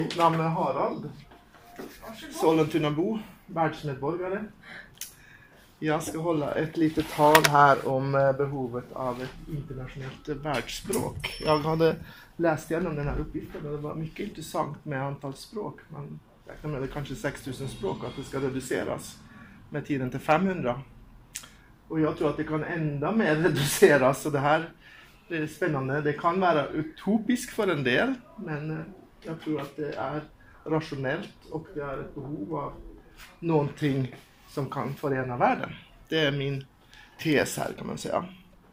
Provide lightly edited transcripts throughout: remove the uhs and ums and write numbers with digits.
Mitt namn är Harald. Sollentunabo, världsmedborgare. Jag ska hålla ett litet tal här om behovet av ett internationellt världsspråk. Jag hade läst igenom den här uppgiften och det var mycket intressant med antal språk. Man räknar med att det kanske 6000 språk och att det ska reduceras med tiden till 500. Och jag tror att det kan ända mer reduceras, så det här är spännande. Det kan vara utopiskt för en del, men jag tror att det är rationellt och det är ett behov av någonting som kan förena världen. Det är min tes här, kan man säga.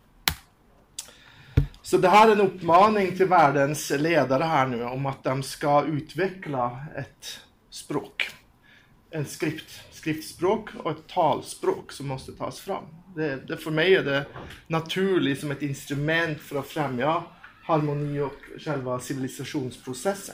Så det här är en uppmaning till världens ledare här nu om att de ska utveckla ett språk. En skriftspråk och ett talspråk som måste tas fram. Det för mig är det naturligt som ett instrument för att främja harmoni och själva civilisationsprocessen.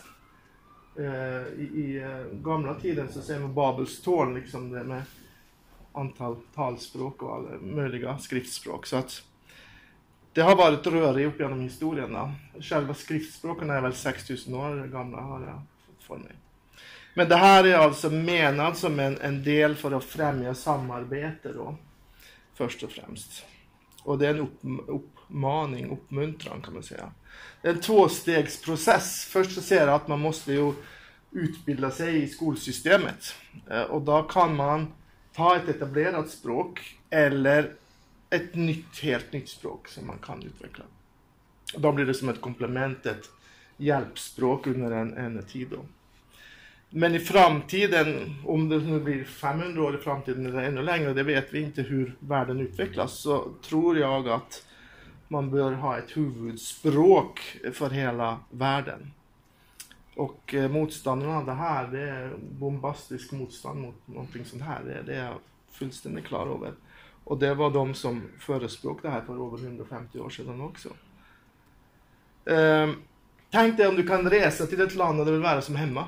I gamla tiden så ser man Babels torn liksom det med antal talspråk och alla möjliga skriftspråk. Så att det har varit rörigt upp genom historien då. Själva skriftspråken är väl 6000 år gamla, har jag fått för mig. Men det här är alltså menat som en del för att främja samarbete då, först och främst. Och det är en uppmuntran, kan man säga. Det är en tvåstegsprocess. Först så ser jag att man måste ju utbilda sig i skolsystemet. Och då kan man ta ett etablerat språk eller ett helt nytt språk som man kan utveckla. Då blir det som ett komplement, ett hjälpspråk under en tid då. Men i framtiden, om det nu blir 500 år i framtiden eller ännu längre, det vet vi inte hur världen utvecklas, så tror jag att man bör ha ett huvudspråk för hela världen. Och motståndarna av det här, det är bombastisk motstånd mot någonting sånt här, det är jag fullständigt klar över. Och det var de som förespråkade det här för över 150 år sedan också. Tänk dig om du kan resa till ett land där du vill vara som hemma.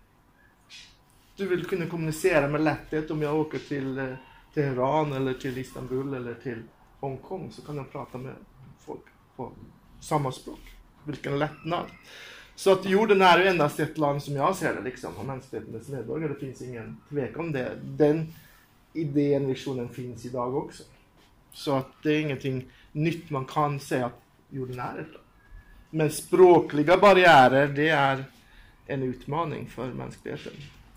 Du vill kunna kommunicera med lätthet. Om jag åker till Teheran eller till Istanbul eller till Hongkong, så kan jag prata med folk på samma språk. Vilken lättnad. Så att jorden är ju endast ett land som jag ser det liksom. Och mänsklighetens medborgare, det finns ingen tvekan om det. Den idén, visionen finns idag också. Så att det är ingenting nytt, man kan säga att jorden är ett land. Men språkliga barriärer, det är en utmaning för mänskligheten.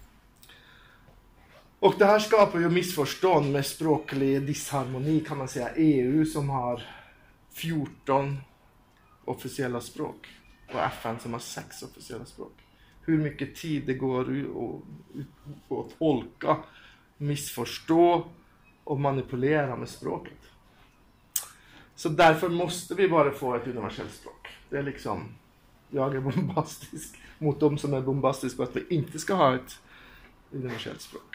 Och det här skapar ju missförstånd med språklig disharmoni, kan man säga. EU som har 14 officiella språk och FN som har 6 officiella språk. Hur mycket tid det går att tolka, missförstå och manipulera med språket. Så därför måste vi bara få ett universellt språk. Det är liksom, jag är bombastisk mot de som är bombastiska att vi inte ska ha ett universellt språk.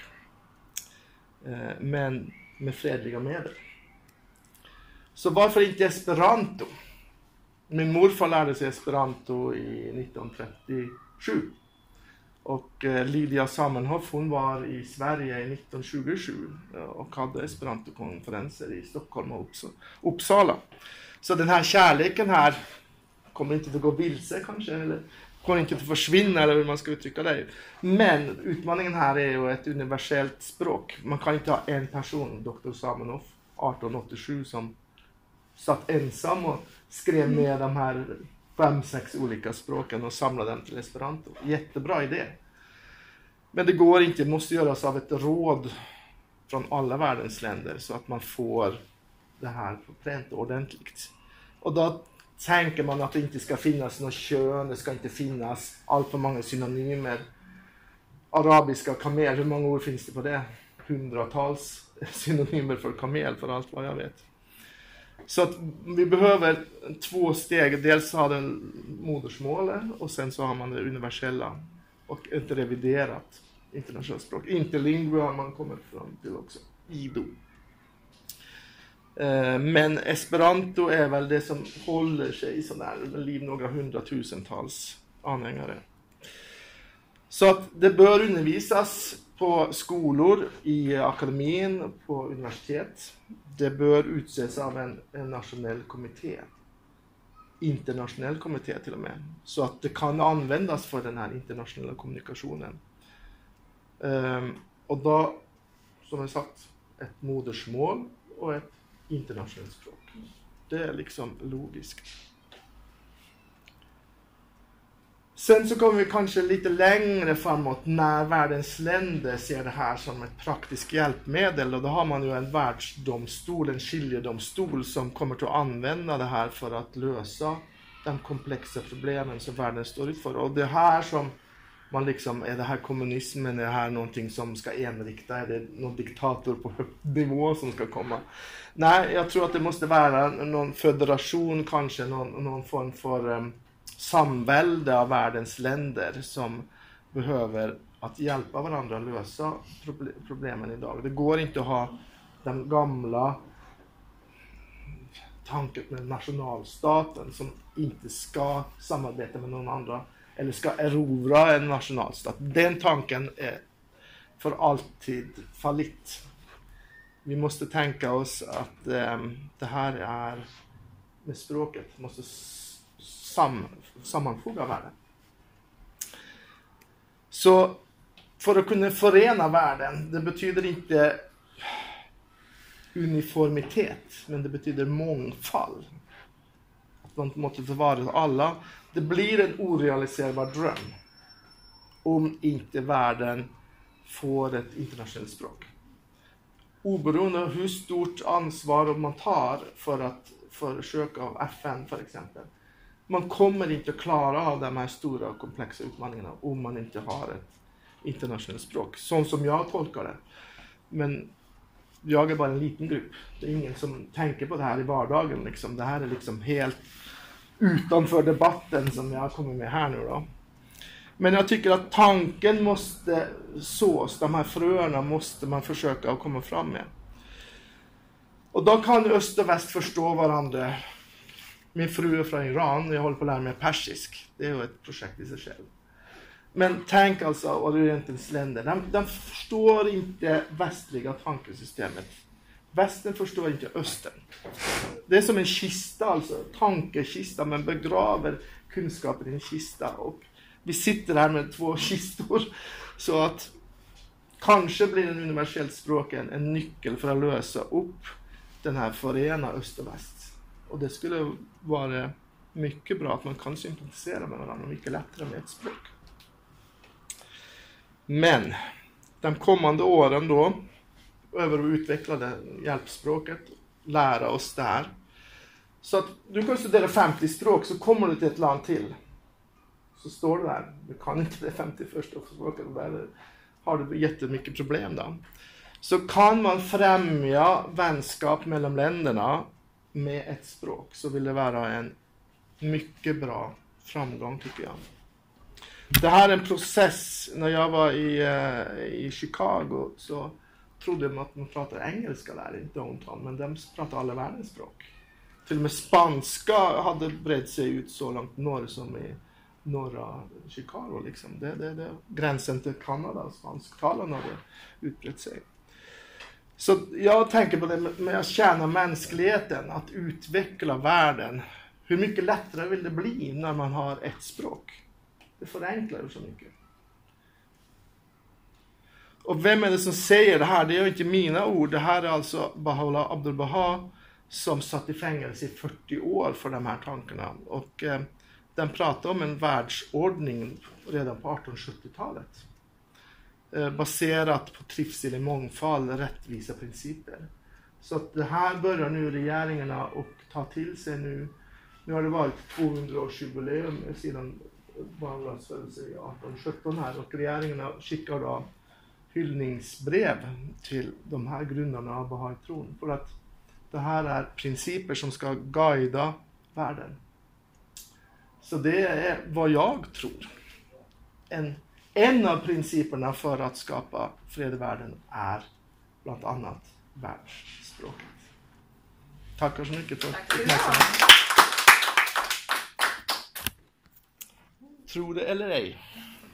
Men med fredliga medel. Så varför inte esperanto? Min morfar lärde sig esperanto i 1937. Och Lydia Zamenhof, hon var i Sverige i 1927 och hade esperanto-konferenser i Stockholm och Uppsala. Så den här kärleken här kommer inte att gå vilse kanske, eller kommer inte att försvinna, eller hur man ska uttrycka det. Men utmaningen här är ju ett universellt språk. Man kan inte ha en person, Dr. Zamenhof 1887, som satt ensam och skrev med de här 5-6 olika språken och samlade dem till esperanto. Jättebra idé. Men det går inte, det måste göras av ett råd från alla världens länder så att man får det här på pränt ordentligt. Och då tänker man att det inte ska finnas något kön, det ska inte finnas allt för många synonymer. Arabiska kamel, hur många ord finns det på det? 100-tals synonymer för kamel, för allt vad jag vet. Så att vi behöver 2 steg. Dels har den modersmålet och sen så har man det universella och ett reviderat internationellt språk. Interlingua har man kommit fram till också. IDO. Men esperanto är väl det som håller sig sådär med liv några 100-tusentals anhängare. Så att det bör undervisas på skolor, i akademin, på universitet. Det bör utses av en nationell kommitté internationell kommitté till och med. Så att det kan användas för den här internationella kommunikationen. Och då, som jag sagt, ett modersmål och ett internationellt språk. Det är liksom logiskt. Sen så kommer vi kanske lite längre framåt när världens länder ser det här som ett praktiskt hjälpmedel. Och då har man ju en världsdomstol, en skiljedomstol som kommer att använda det här för att lösa de komplexa problemen som världen står inför. Och det här som man liksom, är det här kommunismen, är det här någonting som ska enrikta, är det någon diktator på hög nivå som ska komma? Nej, jag tror att det måste vara någon federation, kanske någon form för samvälde av världens länder som behöver att hjälpa varandra att lösa problemen idag. Det går inte att ha den gamla tanken med nationalstaten som inte ska samarbeta med någon annan eller ska erövra en nationalstat. Den tanken är för alltid fallit. Vi måste tänka oss att det här är med språket, måste sammanfoga världen. Så för att kunna förena världen, det betyder inte uniformitet, men det betyder mångfald. Att man måste vara alla. Det blir en orealiserbar dröm om inte världen får ett internationellt språk. Oberoende av hur stort ansvar man tar för att försöka av FN för exempel. Man kommer inte klara av de här stora och komplexa utmaningarna om man inte har ett internationellt språk. Som jag tolkar det. Men jag är bara en liten grupp. Det är ingen som tänker på det här i vardagen. Liksom. Det här är liksom helt utanför debatten som jag kommer med här nu då. Men jag tycker att tanken måste sås. De här fröna måste man försöka att komma fram med. Och då kan öst och väst förstå varandra. Min fru är från Iran, jag håller på att lära mig persisk. Det är ju ett projekt i sig själv. Men tänk alltså, Orientens länder, de förstår inte västliga tankesystemet. Västern förstår inte östern. Det är som en kista, alltså tankekista, men begraver kunskapen i en kista. Och vi sitter här med 2 kistor, så att kanske blir en universellt språk en nyckel för att lösa upp den här förena öst och väst. Och det skulle vara mycket bra att man kan sympatisera med varandra mycket lättare med ett språk. Men de kommande åren då, över att utveckla det hjälpspråket, lära oss det här. Så att du kan studera 50 språk, så kommer du till ett land till. Så står det där, du kan inte det 51 språket, där har du jättemycket problem då. Så kan man främja vänskap mellan länderna med ett språk, så vill det vara en mycket bra framgång tycker jag. Det här är en process. När jag var i Chicago så trodde man att man pratade engelska där i downtown, men de pratade alla världens språk. Till och med spanska hade brett sig ut så långt norr som i norra Chicago. Liksom. Det gränsen till Kanada, spansktalarna hade utbrett sig. Så jag tänker på det med att tjäna mänskligheten, att utveckla världen. Hur mycket lättare vill det bli när man har ett språk? Det förenklar ju så mycket. Och vem är det som säger det här? Det är inte mina ord. Det här är alltså Baha'u'llah Abdu'l-Baha som satt i fängelse i 40 år för de här tankarna. Och den pratar om en världsordning redan på 1870-talet. Baserat på trivsel i mångfald, rättvisa principer. Så att det här börjar nu regeringarna att ta till sig nu. Nu har det varit 200-årsjubileum sedan Baha'u'llahs födelse i 1817 här. Och regeringarna skickar då hyllningsbrev till de här grundarna av Baha'i-tron. För att det här är principer som ska guida världen. Så det är vad jag tror. En av principerna för att skapa fred i världen är bland annat världsspråket. Tackar så mycket för uppmärksamheten. Tror det eller ej.